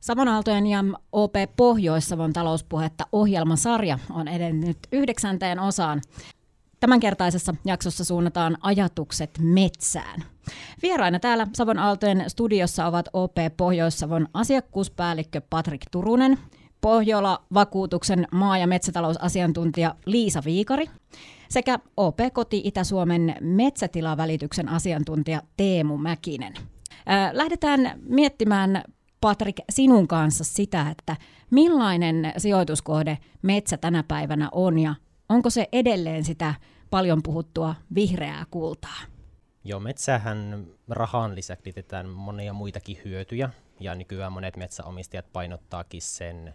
Savonaaltojen ja OP Pohjois-Savon talouspuhetta ohjelmasarja on edennyt 9. osaan. Tämänkertaisessa jaksossa suunnataan ajatukset metsään. Vieraina täällä Savonaaltojen studiossa ovat OP Pohjois-Savon asiakkuuspäällikkö Patrik Turunen, Pohjola-vakuutuksen maa- ja metsätalousasiantuntija Liisa Viikari sekä OP Koti Itä-Suomen metsätilavälityksen asiantuntija Teemu Mäkinen. Lähdetään miettimään, Patrik, sinun kanssa sitä, että millainen sijoituskohde metsä tänä päivänä on ja onko se edelleen sitä paljon puhuttua vihreää kultaa? Joo, metsähän rahan lisäksi liitetään monia muitakin hyötyjä ja nykyään monet metsäomistajat painottaakin sen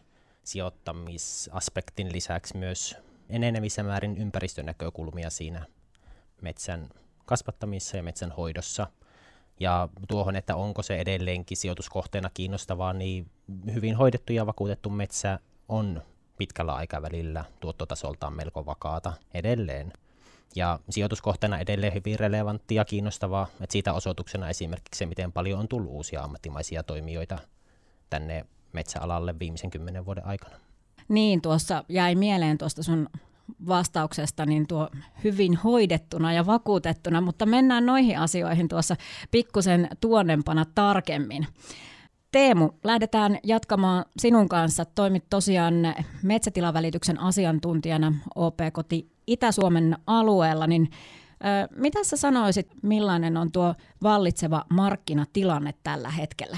sijoittamisaspektin lisäksi myös enenevissä määrin ympäristönäkökulmia siinä metsän kasvattamisessa ja metsän hoidossa. Ja tuohon, että onko se edelleenkin sijoituskohteena kiinnostavaa, niin hyvin hoidettu ja vakuutettu metsä on pitkällä aikavälillä tuottotasoltaan melko vakaata edelleen. Ja sijoituskohteena edelleen hyvin relevantti ja kiinnostavaa, että siitä osoituksena esimerkiksi se, miten paljon on tullut uusia ammattimaisia toimijoita tänne metsäalalle viimeisen 10 vuoden aikana. Niin, tuossa jäi mieleen tuosta sun vastauksesta niin tuo hyvin hoidettuna ja vakuutettuna, mutta mennään noihin asioihin tuossa pikkusen tuonnempana tarkemmin. Teemu, lähdetään jatkamaan sinun kanssa. Toimit tosiaan metsätilavälityksen asiantuntijana OP Koti Itä-Suomen alueella, niin mitä sä sanoisit, millainen on tuo vallitseva markkinatilanne tällä hetkellä?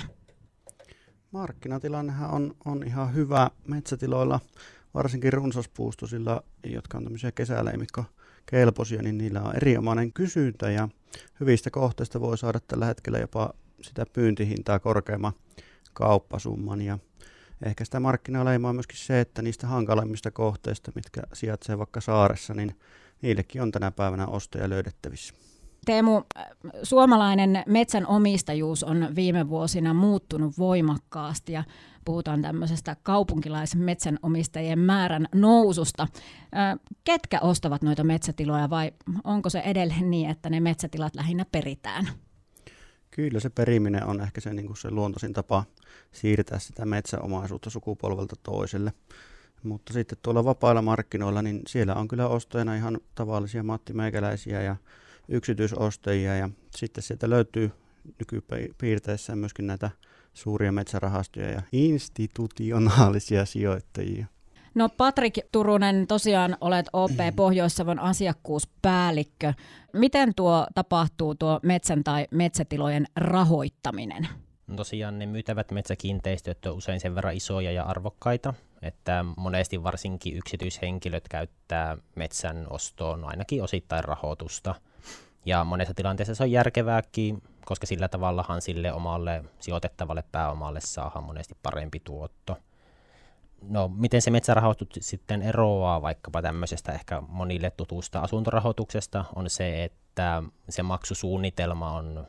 Markkinatilannehan on ihan hyvä metsätiloilla, varsinkin runsaspuustosilla, jotka on tämmöisiä kesäleimikkokelpoisia, niin niillä on erinomainen kysyntä ja hyvistä kohteista voi saada tällä hetkellä jopa sitä pyyntihintaa korkeamman kauppasumman. Ja ehkä sitä markkinaa leimaa myöskin se, että niistä hankalemmista kohteista, mitkä sijaitsee vaikka saaressa, niin niillekin on tänä päivänä ostaja löydettävissä. Teemu, suomalainen metsänomistajuus on viime vuosina muuttunut voimakkaasti ja puhutaan tämmöisestä kaupunkilaisen metsänomistajien määrän noususta. Ketkä ostavat noita metsätiloja vai onko se edelleen niin, että ne metsätilat lähinnä peritään? Kyllä se periminen on ehkä se luontoisin tapa siirtää sitä metsäomaisuutta sukupolvelta toiselle. Mutta sitten tuolla vapailla markkinoilla, niin siellä on kyllä ostajana ihan tavallisia mattimeikäläisiä ja yksityisostajia. Ja sitten sieltä löytyy nykypiirteissään myöskin näitä suuria metsärahastoja ja institutionaalisia sijoittajia. No Patrik Turunen, tosiaan olet OP Pohjois-Savon asiakkuuspäällikkö. Miten tapahtuu tuo metsän tai metsätilojen rahoittaminen? No tosiaan ne myytävät metsäkiinteistöt on usein sen verran isoja ja arvokkaita, että monesti varsinkin yksityishenkilöt käyttää metsän ostoon ainakin osittain rahoitusta. Ja monessa tilanteessa se on järkevääkin, koska sillä tavallahan sille omalle sijoitettavalle pääomalle saadaan monesti parempi tuotto. No, miten se metsärahoitus sitten eroaa vaikkapa tämmöisestä ehkä monille tutusta asuntorahoituksesta on se, että se maksusuunnitelma on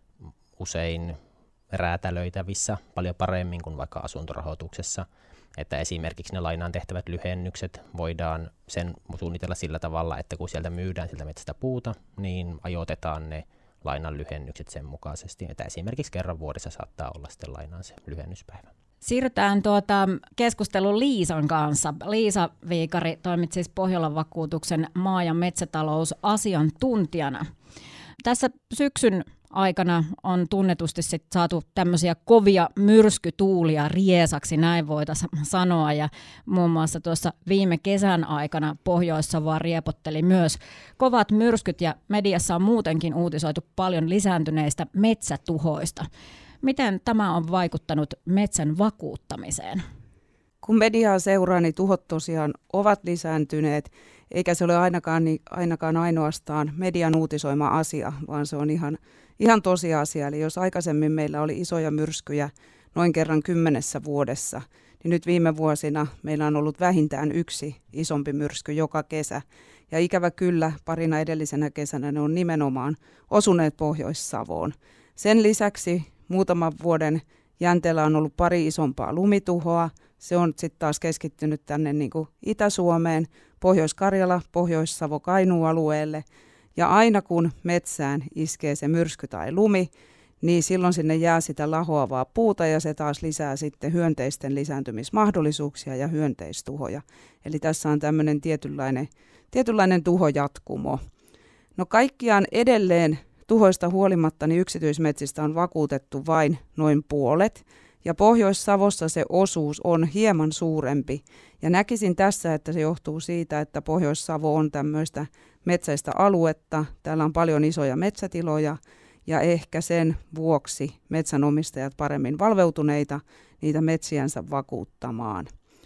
usein räätälöitävissä paljon paremmin kuin vaikka asuntorahoituksessa. Että esimerkiksi ne lainaan tehtävät lyhennykset voidaan sen suunnitella sillä tavalla, että kun sieltä myydään sieltä metsästä puuta, niin ajoitetaan ne lainan lyhennykset sen mukaisesti. Että esimerkiksi kerran vuodessa saattaa olla sitten lainaan se lyhennyspäivä. Siirrytään keskustelun Liisan kanssa. Liisa Viikari, toimit siis Pohjola-vakuutuksen maa- ja metsätalousasiantuntijana. Tässä syksyn aikana on tunnetusti saatu tämmöisiä kovia myrskytuulia riesaksi, näin voitaisiin sanoa. Ja muun muassa tuossa viime kesän aikana Pohjois-Savoa riepotteli myös kovat myrskyt ja mediassa on muutenkin uutisoitu paljon lisääntyneistä metsätuhoista. Miten tämä on vaikuttanut metsän vakuuttamiseen? Kun mediaa seuraa, niin tuhot tosiaan ovat lisääntyneet, eikä se ole ainakaan ainoastaan median uutisoima asia, vaan se on ihan tosiasia. Eli jos aikaisemmin meillä oli isoja myrskyjä noin kerran 10 vuodessa, niin nyt viime vuosina meillä on ollut vähintään yksi isompi myrsky joka kesä. Ja ikävä kyllä parina edellisenä kesänä ne on nimenomaan osuneet Pohjois-Savoon. Sen lisäksi muutaman vuoden jänteellä on ollut pari isompaa lumituhoa. Se on sitten taas keskittynyt tänne niin kuin Itä-Suomeen, Pohjois-Karjala, Pohjois-Savo, Kainuu alueelle. Ja aina kun metsään iskee se myrsky tai lumi, niin silloin sinne jää sitä lahoavaa puuta ja se taas lisää sitten hyönteisten lisääntymismahdollisuuksia ja hyönteistuhoja. Eli tässä on tämmöinen tietynlainen tuhojatkumo. No kaikkiaan edelleen tuhoista huolimatta niin yksityismetsistä on vakuutettu vain noin puolet. Ja Pohjois-Savossa se osuus on hieman suurempi. Ja näkisin tässä, että se johtuu siitä, että Pohjois-Savo on tämmöistä metsäistä aluetta. Täällä on paljon isoja metsätiloja ja ehkä sen vuoksi metsänomistajat paremmin valveutuneita niitä metsiänsä vakuuttamaan.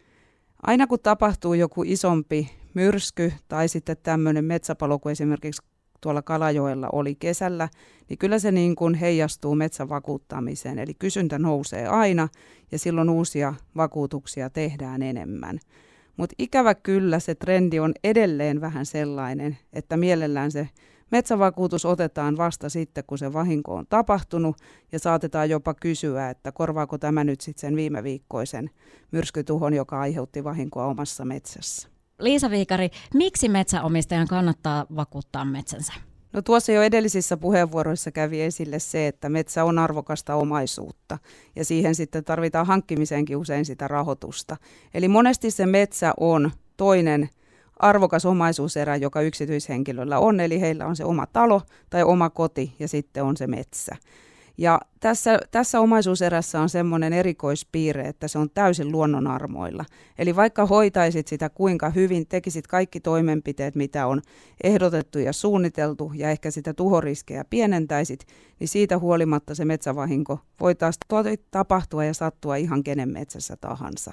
Aina kun tapahtuu joku isompi myrsky tai sitten tämmöinen metsäpalo, kuin esimerkiksi tuolla Kalajoella oli kesällä, niin kyllä se niin kuin heijastuu metsän vakuuttamiseen. Eli kysyntä nousee aina ja silloin uusia vakuutuksia tehdään enemmän. Mutta ikävä kyllä se trendi on edelleen vähän sellainen, että mielellään se metsävakuutus otetaan vasta sitten, kun se vahinko on tapahtunut ja saatetaan jopa kysyä, että korvaako tämä nyt sitten sen viime viikkoisen myrskytuhon, joka aiheutti vahinkoa omassa metsässä. Liisa Viikari, miksi metsänomistajan kannattaa vakuuttaa metsänsä? No tuossa jo edellisissä puheenvuoroissa kävi esille se, että metsä on arvokasta omaisuutta ja siihen sitten tarvitaan hankkimiseenkin usein sitä rahoitusta. Eli monesti se metsä on toinen arvokas omaisuuserä, joka yksityishenkilöllä on, eli heillä on se oma talo tai oma koti ja sitten on se metsä. Ja tässä omaisuuserässä on semmoinen erikoispiirre, että se on täysin luonnonarmoilla. Eli vaikka hoitaisit sitä kuinka hyvin, tekisit kaikki toimenpiteet, mitä on ehdotettu ja suunniteltu, ja ehkä sitä tuhoriskejä pienentäisit, niin siitä huolimatta se metsävahinko voi taas tapahtua ja sattua ihan kenen metsässä tahansa.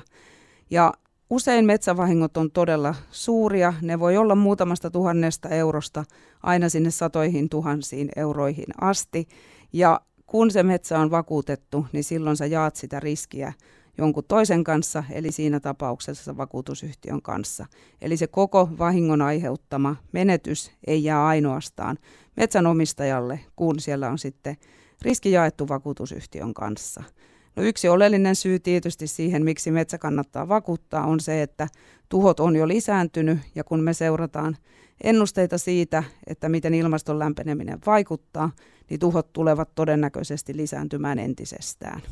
Ja usein metsävahingot on todella suuria. Ne voi olla muutamasta 1 000 eurosta aina sinne satoihin tuhansiin euroihin asti. Ja kun se metsä on vakuutettu, niin silloin sä jaat sitä riskiä jonkun toisen kanssa, eli siinä tapauksessa vakuutusyhtiön kanssa. Eli se koko vahingon aiheuttama menetys ei jää ainoastaan metsänomistajalle, kun siellä on sitten riski jaettu vakuutusyhtiön kanssa. No yksi oleellinen syy tietysti siihen, miksi metsä kannattaa vakuuttaa, on se, että tuhot on jo lisääntynyt ja kun me seurataan ennusteita siitä, että miten ilmaston lämpeneminen vaikuttaa, niin tuhot tulevat todennäköisesti lisääntymään entisestään.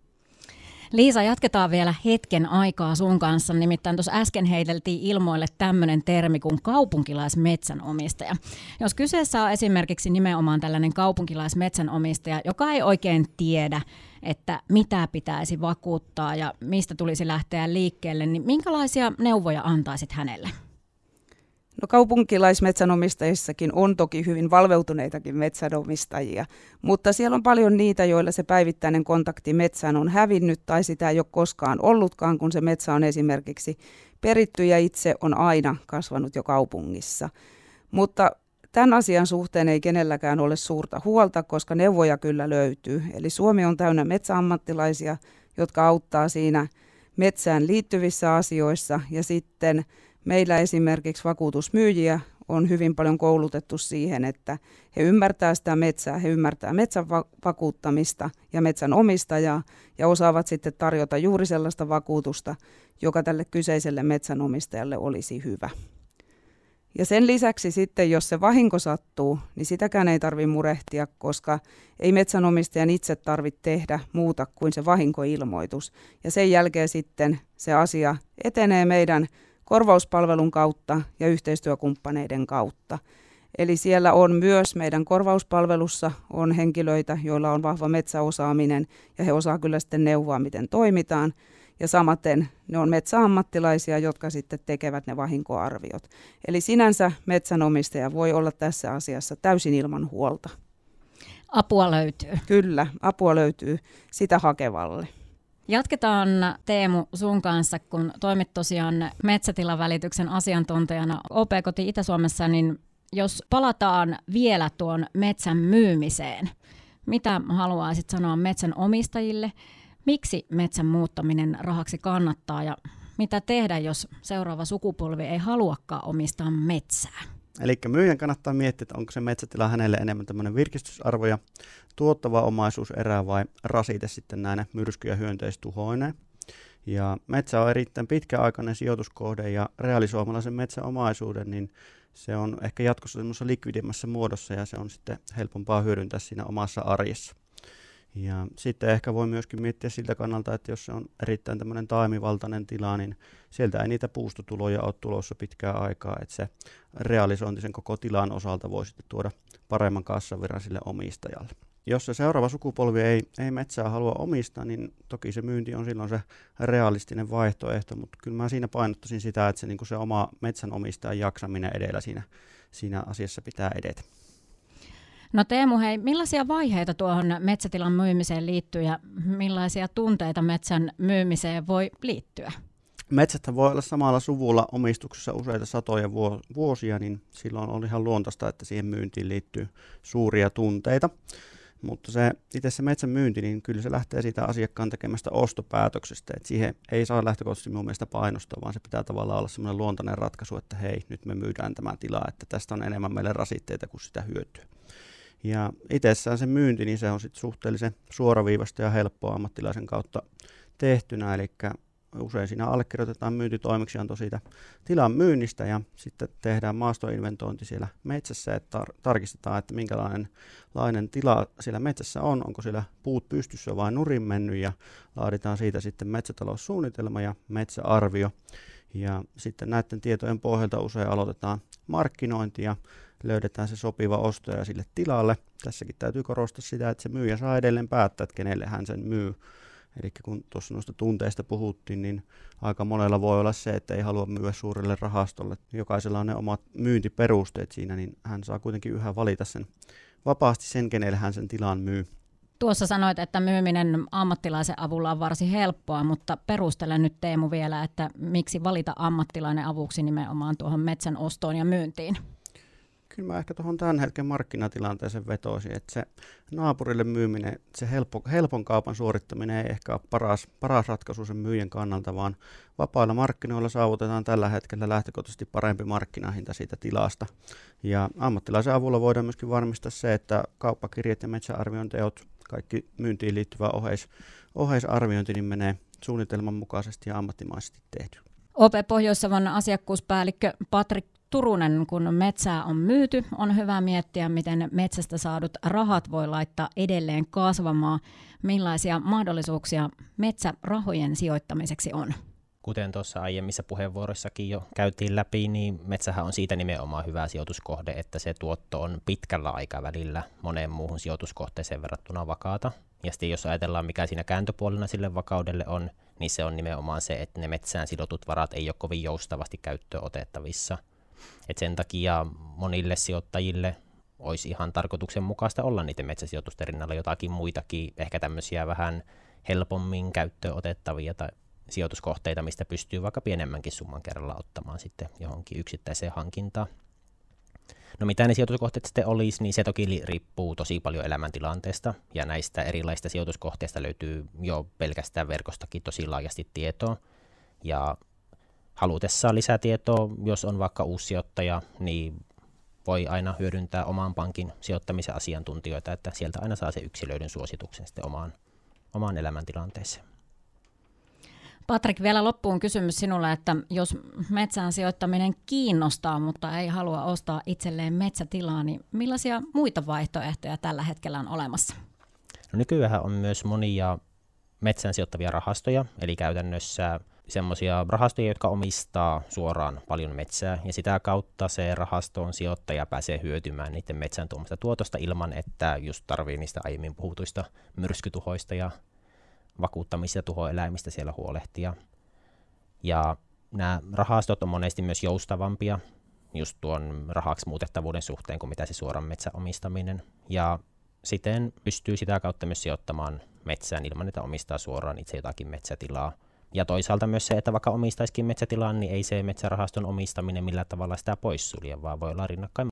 Liisa, jatketaan vielä hetken aikaa sun kanssa. Nimittäin tuossa äsken heiteltiin ilmoille tämmöinen termi kuin kaupunkilaismetsänomistaja. Jos kyseessä on esimerkiksi nimenomaan tällainen kaupunkilaismetsänomistaja, joka ei oikein tiedä, että mitä pitäisi vakuuttaa ja mistä tulisi lähteä liikkeelle, niin minkälaisia neuvoja antaisit hänelle? No kaupunkilaismetsänomistajissakin on toki hyvin valveutuneitakin metsänomistajia, mutta siellä on paljon niitä, joilla se päivittäinen kontakti metsään on hävinnyt tai sitä ei ole koskaan ollutkaan, kun se metsä on esimerkiksi peritty ja itse on aina kasvanut jo kaupungissa. Mutta tämän asian suhteen ei kenelläkään ole suurta huolta, koska neuvoja kyllä löytyy. Eli Suomi on täynnä metsäammattilaisia, jotka auttaa siinä metsään liittyvissä asioissa ja sitten meillä esimerkiksi vakuutusmyyjiä on hyvin paljon koulutettu siihen, että he ymmärtää sitä metsää, he ymmärtää metsän vakuuttamista ja metsän omistajaa ja osaavat sitten tarjota juuri sellaista vakuutusta, joka tälle kyseiselle metsänomistajalle olisi hyvä. Ja sen lisäksi sitten, jos se vahinko sattuu, niin sitäkään ei tarvitse murehtia, koska ei metsänomistajan itse tarvitse tehdä muuta kuin se vahinkoilmoitus. Ja sen jälkeen sitten se asia etenee meidän korvauspalvelun kautta ja yhteistyökumppaneiden kautta. Eli siellä on myös meidän korvauspalvelussa on henkilöitä, joilla on vahva metsäosaaminen ja he osaa kyllä sitten neuvoa, miten toimitaan. Ja samaten ne on metsäammattilaisia, jotka sitten tekevät ne vahinkoarviot. Eli sinänsä metsänomistaja voi olla tässä asiassa täysin ilman huolta. Apua löytyy. Kyllä, apua löytyy sitä hakevalle. Jatketaan Teemu sun kanssa, kun toimit tosiaan metsätilavälityksen asiantuntijana OP-koti Itä-Suomessa, niin jos palataan vielä tuon metsän myymiseen, mitä haluaisit sanoa metsän omistajille? Miksi metsän muuttaminen rahaksi kannattaa ja mitä tehdä, jos seuraava sukupolvi ei haluakaan omistaa metsää? Eli myyjän kannattaa miettiä, että onko se metsätila hänelle enemmän tämmöinen virkistysarvo ja tuottava omaisuuserä vai rasite sitten näinä myrsky- ja hyönteistuhoineen. Ja metsä on erittäin pitkäaikainen sijoituskohde ja realisoimalla sen metsäomaisuuden, niin se on ehkä jatkossa semmoisessa likvidimmässä muodossa ja se on sitten helpompaa hyödyntää siinä omassa arjessa. Ja sitten ehkä voi myöskin miettiä siltä kannalta, että jos se on erittäin tämmöinen taimivaltainen tila, niin sieltä ei niitä puustotuloja ole tulossa pitkään aikaa, että se realisointi sen koko tilan osalta voi sitten tuoda paremman kassavirran sille omistajalle. Jos se seuraava sukupolvi ei metsää halua omistaa, niin toki se myynti on silloin se realistinen vaihtoehto, mutta kyllä mä siinä painottaisin sitä, että se oma metsänomistajan jaksaminen edellä siinä asiassa pitää edetä. No Teemu, hei, millaisia vaiheita tuohon metsätilan myymiseen liittyy ja millaisia tunteita metsän myymiseen voi liittyä? Metsäthän voi olla samalla suvulla omistuksessa useita satoja vuosia, niin silloin on ihan luontaista, että siihen myyntiin liittyy suuria tunteita. Mutta itse se metsän myynti, niin kyllä se lähtee siitä asiakkaan tekemästä ostopäätöksestä. Et siihen ei saa lähtökohtaisesti minun mielestä painostaa, vaan se pitää tavallaan olla semmoinen luontainen ratkaisu, että hei, nyt me myydään tämä tila, että tästä on enemmän meille rasitteita kuin sitä hyötyä. Ja itsessään se myynti, niin se on sitten suhteellisen suoraviivasta ja helppoa ammattilaisen kautta tehtynä, eli usein siinä allekirjoitetaan myyntitoimeksianto siitä tilan myynnistä ja sitten tehdään maastoinventointi siellä metsässä, että tarkistetaan, että minkälainen tila siellä metsässä onko siellä puut pystyssä vai nurin mennyt ja laaditaan siitä sitten metsätaloussuunnitelma ja metsäarvio. Ja sitten näiden tietojen pohjalta usein aloitetaan markkinointi ja löydetään se sopiva ostaja sille tilalle. Tässäkin täytyy korostaa sitä, että se myyjä saa edelleen päättää, että kenelle hän sen myy. Eli kun tuossa noista tunteista puhuttiin, niin aika monella voi olla se, että ei halua myyä suurelle rahastolle. Jokaisella on ne omat myyntiperusteet siinä, niin hän saa kuitenkin yhä valita sen vapaasti sen, kenelle hän sen tilan myy. Tuossa sanoit, että myyminen ammattilaisen avulla on varsin helppoa, mutta perustele nyt Teemu vielä, että miksi valita ammattilainen avuksi nimenomaan tuohon metsän ostoon ja myyntiin? Kyllä mä ehkä tuohon tämän hetken markkinatilanteeseen vetoisin, että se naapurille myyminen, se helpon kaupan suorittaminen ei ehkä ole paras ratkaisu sen myyjän kannalta, vaan vapailla markkinoilla saavutetaan tällä hetkellä lähtökohtaisesti parempi markkinahinta siitä tilasta. Ja ammattilaisen avulla voidaan myöskin varmistaa se, että kauppakirjat ja metsäarvion teot, kaikki myyntiin liittyvä oheisarviointi niin menee suunnitelman mukaisesti ja ammattimaisesti tehty. OP Pohjois-Savon asiakkuuspäällikkö Patrik Turunen, kun metsää on myyty, on hyvä miettiä, miten metsästä saadut rahat voi laittaa edelleen kasvamaan. Millaisia mahdollisuuksia metsärahojen sijoittamiseksi on? Kuten tuossa aiemmissa puheenvuoroissakin jo käytiin läpi, niin metsähän on siitä nimenomaan hyvä sijoituskohde, että se tuotto on pitkällä aikavälillä moneen muuhun sijoituskohteeseen verrattuna vakaata. Ja sitten jos ajatellaan, mikä siinä kääntöpuolena sille vakaudelle on, niin se on nimenomaan se, että ne metsään sidotut varat ei ole kovin joustavasti käyttöön otettavissa. Et sen takia monille sijoittajille olisi ihan tarkoituksenmukaista olla niiden metsäsijoitusten rinnalla jotakin muitakin, ehkä tämmöisiä vähän helpommin käyttöön otettavia tai sijoituskohteita, mistä pystyy vaikka pienemmänkin summan kerralla ottamaan sitten johonkin yksittäiseen hankintaan. No mitä ne sijoituskohteet sitten olisi, niin se toki riippuu tosi paljon elämäntilanteesta, ja näistä erilaisista sijoituskohteista löytyy jo pelkästään verkostakin tosi laajasti tietoa, ja halutessaan lisätietoa, jos on vaikka uusi sijoittaja, niin voi aina hyödyntää oman pankin sijoittamisen asiantuntijoita, että sieltä aina saa se yksilöiden suosituksen sitten omaan elämäntilanteeseen. Patrik, vielä loppuun kysymys sinulle, että jos metsään sijoittaminen kiinnostaa, mutta ei halua ostaa itselleen metsätilaa, niin millaisia muita vaihtoehtoja tällä hetkellä on olemassa? No nykyään on myös monia metsään sijoittavia rahastoja, eli käytännössä semmoisia rahastoja, jotka omistaa suoraan paljon metsää, ja sitä kautta se rahaston sijoittaja pääsee hyötymään niiden metsän tuomasta tuotosta ilman, että just tarvii niistä aiemmin puhutuista myrskytuhoista ja vakuuttamista ja tuhoeläimistä siellä huolehtia. Ja nämä rahastot on monesti myös joustavampia just tuon rahaksi muutettavuuden suhteen kuin mitä se suoran metsäomistaminen. Ja siten pystyy sitä kautta myös sijoittamaan metsään ilman, että omistaa suoraan itse jotakin metsätilaa. Ja toisaalta myös se, että vaikka omistaisikin metsätilan, niin ei se metsärahaston omistaminen millään tavalla sitä poissulje, vaan voi olla rinnakkain